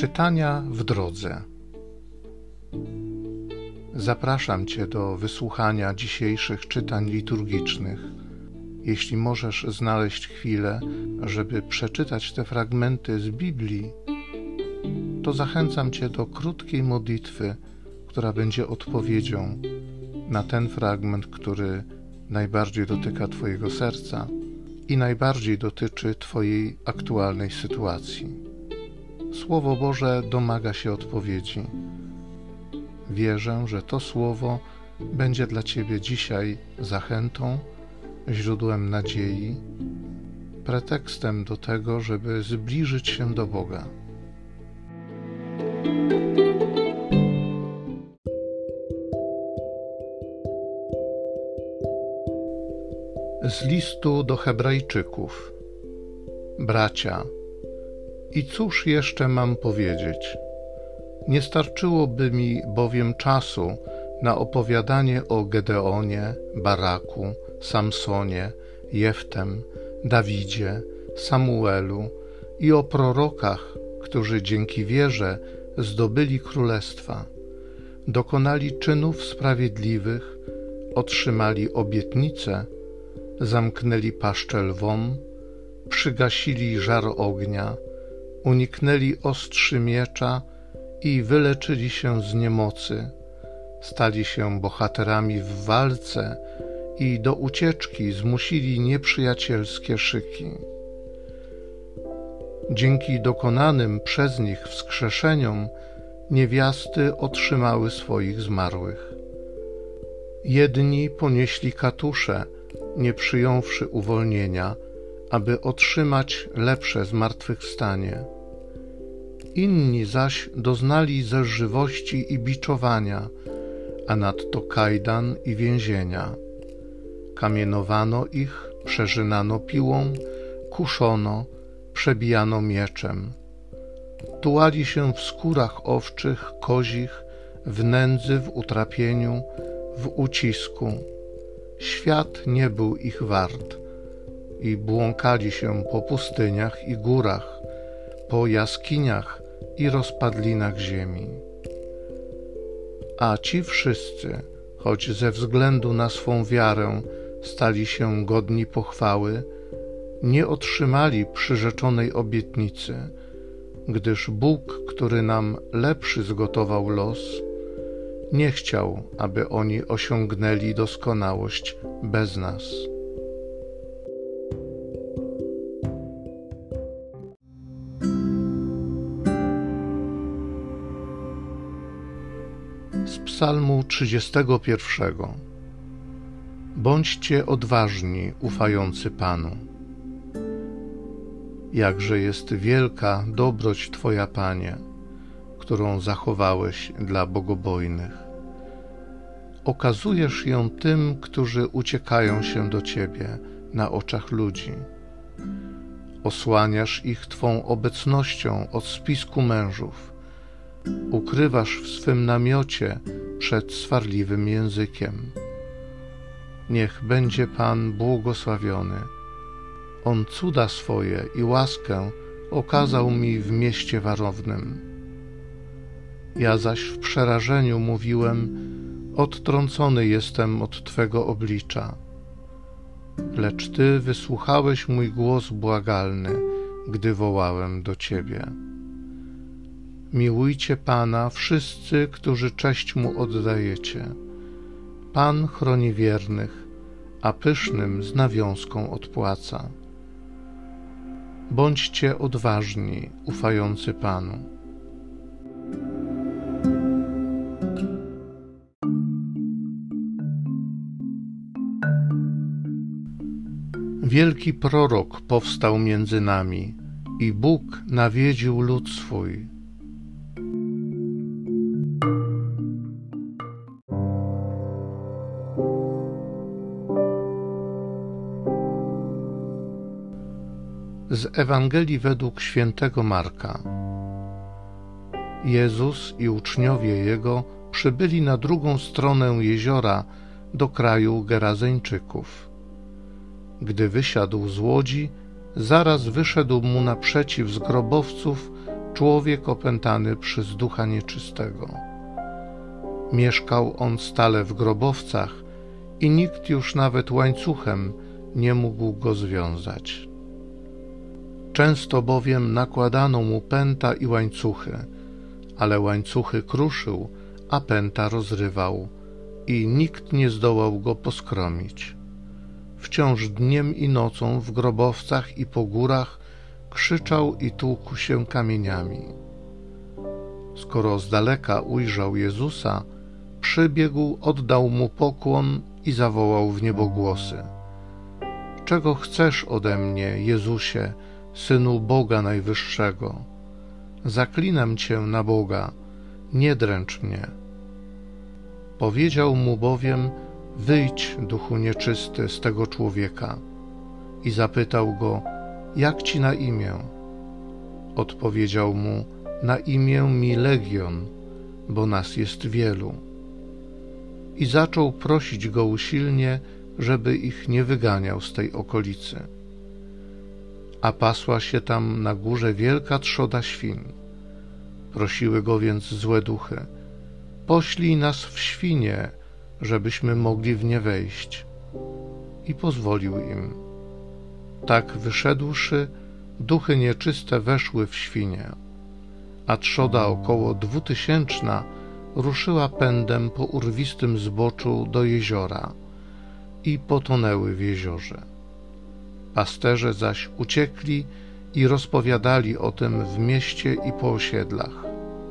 Czytania w drodze. Zapraszam Cię do wysłuchania dzisiejszych czytań liturgicznych. Jeśli możesz znaleźć chwilę, żeby przeczytać te fragmenty z Biblii, to zachęcam Cię do krótkiej modlitwy, która będzie odpowiedzią na ten fragment, który najbardziej dotyka Twojego serca i najbardziej dotyczy Twojej aktualnej sytuacji. Słowo Boże domaga się odpowiedzi. Wierzę, że to Słowo będzie dla Ciebie dzisiaj zachętą, źródłem nadziei, pretekstem do tego, żeby zbliżyć się do Boga. Z listu do Hebrajczyków. Bracia, i cóż jeszcze mam powiedzieć? Nie starczyłoby mi bowiem czasu na opowiadanie o Gedeonie, Baraku, Samsonie, Jeftem, Dawidzie, Samuelu i o prorokach, którzy dzięki wierze zdobyli królestwa, dokonali czynów sprawiedliwych, otrzymali obietnice, zamknęli paszczę lwom, przygasili żar ognia, uniknęli ostrzy miecza i wyleczyli się z niemocy, stali się bohaterami w walce i do ucieczki zmusili nieprzyjacielskie szyki. Dzięki dokonanym przez nich wskrzeszeniom niewiasty otrzymały swoich zmarłych. Jedni ponieśli katusze, nie przyjąwszy uwolnienia, aby otrzymać lepsze zmartwychwstanie. Inni zaś doznali zelżywości i biczowania, a nadto kajdan i więzienia. Kamienowano ich, przerzynano piłą, kuszono, przebijano mieczem. Tułali się w skórach owczych, kozich, w nędzy, w utrapieniu, w ucisku. Świat nie był ich wart i błąkali się po pustyniach i górach, po jaskiniach i rozpadlinach ziemi. A ci wszyscy, choć ze względu na swą wiarę stali się godni pochwały, nie otrzymali przyrzeczonej obietnicy, gdyż Bóg, który nam lepszy zgotował los, nie chciał, aby oni osiągnęli doskonałość bez nas. Z Psalmu 31. Bądźcie odważni, ufający Panu. Jakże jest wielka dobroć Twoja, Panie, którą zachowałeś dla bogobojnych. Okazujesz ją tym, którzy uciekają się do Ciebie na oczach ludzi. Osłaniasz ich Twą obecnością od spisku mężów. Ukrywasz w swym namiocie przed swarliwym językiem. Niech będzie Pan błogosławiony. On cuda swoje i łaskę okazał mi w mieście warownym. Ja zaś w przerażeniu mówiłem: odtrącony jestem od Twego oblicza. Lecz Ty wysłuchałeś mój głos błagalny, gdy wołałem do Ciebie. Miłujcie Pana wszyscy, którzy cześć Mu oddajecie. Pan chroni wiernych, a pysznym z nawiązką odpłaca. Bądźcie odważni, ufający Panu. Wielki prorok powstał między nami i Bóg nawiedził lud swój. Z Ewangelii według świętego Marka. Jezus i uczniowie Jego przybyli na drugą stronę jeziora do kraju Gerazeńczyków. Gdy wysiadł z łodzi, zaraz wyszedł mu naprzeciw z grobowców człowiek opętany przez ducha nieczystego. Mieszkał on stale w grobowcach i nikt już nawet łańcuchem nie mógł go związać. Często bowiem nakładano mu pęta i łańcuchy, ale łańcuchy kruszył, a pęta rozrywał i nikt nie zdołał go poskromić. Wciąż dniem i nocą w grobowcach i po górach krzyczał i tłukł się kamieniami. Skoro z daleka ujrzał Jezusa, przybiegł, oddał mu pokłon i zawołał w niebogłosy: Czego chcesz ode mnie, Jezusie, Synu Boga Najwyższego? Zaklinam Cię na Boga, nie dręcz mnie. Powiedział mu bowiem: Wyjdź, duchu nieczysty, z tego człowieka. I zapytał go: Jak ci na imię? Odpowiedział mu: Na imię mi Legion, bo nas jest wielu. I zaczął prosić go usilnie, żeby ich nie wyganiał z tej okolicy. A pasła się tam na górze wielka trzoda świń. Prosiły go więc złe duchy: Poślij nas w świnie, żebyśmy mogli w nie wejść. I pozwolił im. Tak wyszedłszy, duchy nieczyste weszły w świnie, a trzoda około 2000 ruszyła pędem po urwistym zboczu do jeziora i potonęły w jeziorze. Pasterze zaś uciekli i rozpowiadali o tym w mieście i po osiedlach.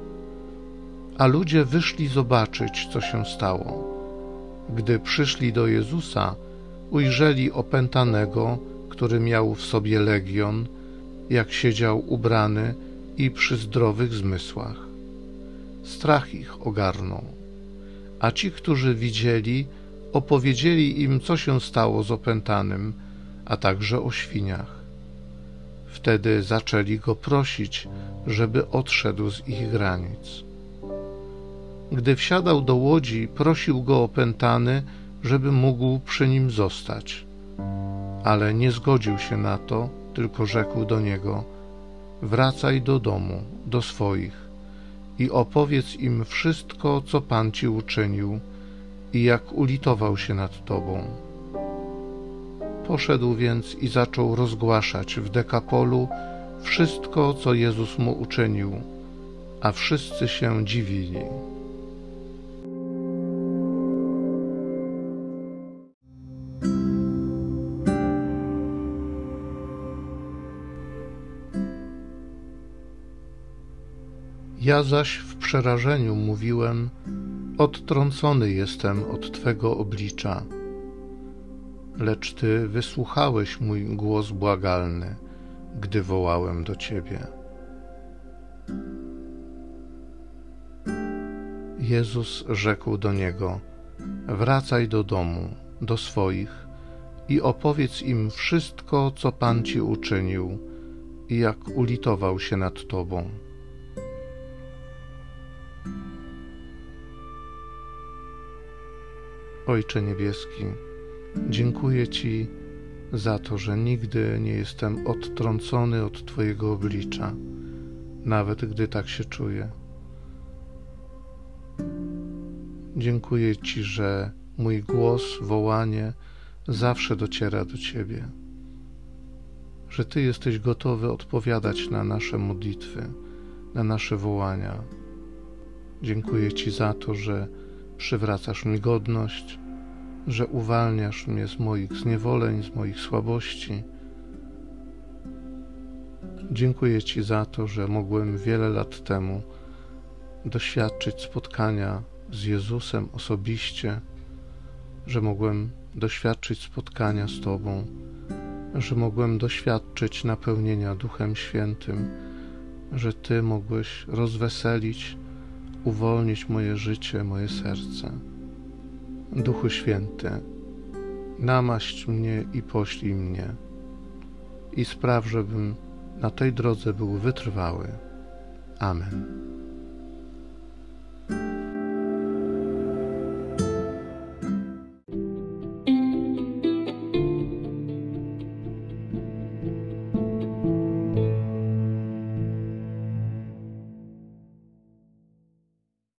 A ludzie wyszli zobaczyć, co się stało. Gdy przyszli do Jezusa, ujrzeli opętanego, który miał w sobie legion, jak siedział ubrany i przy zdrowych zmysłach. Strach ich ogarnął, a ci, którzy widzieli, opowiedzieli im, co się stało z opętanym, a także o świniach. Wtedy zaczęli go prosić, żeby odszedł z ich granic. Gdy wsiadał do łodzi, prosił go opętany, żeby mógł przy nim zostać. Ale nie zgodził się na to, tylko rzekł do niego: Wracaj do domu, do swoich i opowiedz im wszystko, co Pan ci uczynił i jak ulitował się nad tobą. Poszedł więc i zaczął rozgłaszać w Dekapolu wszystko, co Jezus mu uczynił, a wszyscy się dziwili. Ja zaś w przerażeniu mówiłem: Odtrącony jestem od Twego oblicza. Lecz Ty wysłuchałeś mój głos błagalny, gdy wołałem do Ciebie. Jezus rzekł do niego: Wracaj do domu, do swoich i opowiedz im wszystko, co Pan Ci uczynił i jak ulitował się nad Tobą. Ojcze Niebieski, dziękuję Ci za to, że nigdy nie jestem odtrącony od Twojego oblicza, nawet gdy tak się czuję. Dziękuję Ci, że mój głos, wołanie zawsze dociera do Ciebie, że Ty jesteś gotowy odpowiadać na nasze modlitwy, na nasze wołania. Dziękuję Ci za to, że przywracasz mi godność, że uwalniasz mnie z moich zniewoleń, z moich słabości. Dziękuję Ci za to, że mogłem wiele lat temu doświadczyć spotkania z Jezusem osobiście, że mogłem doświadczyć spotkania z Tobą, że mogłem doświadczyć napełnienia Duchem Świętym, że Ty mogłeś rozweselić, uwolnić moje życie, moje serce. Duchu Święty, namaść mnie i poślij mnie i spraw, żebym na tej drodze był wytrwały. Amen.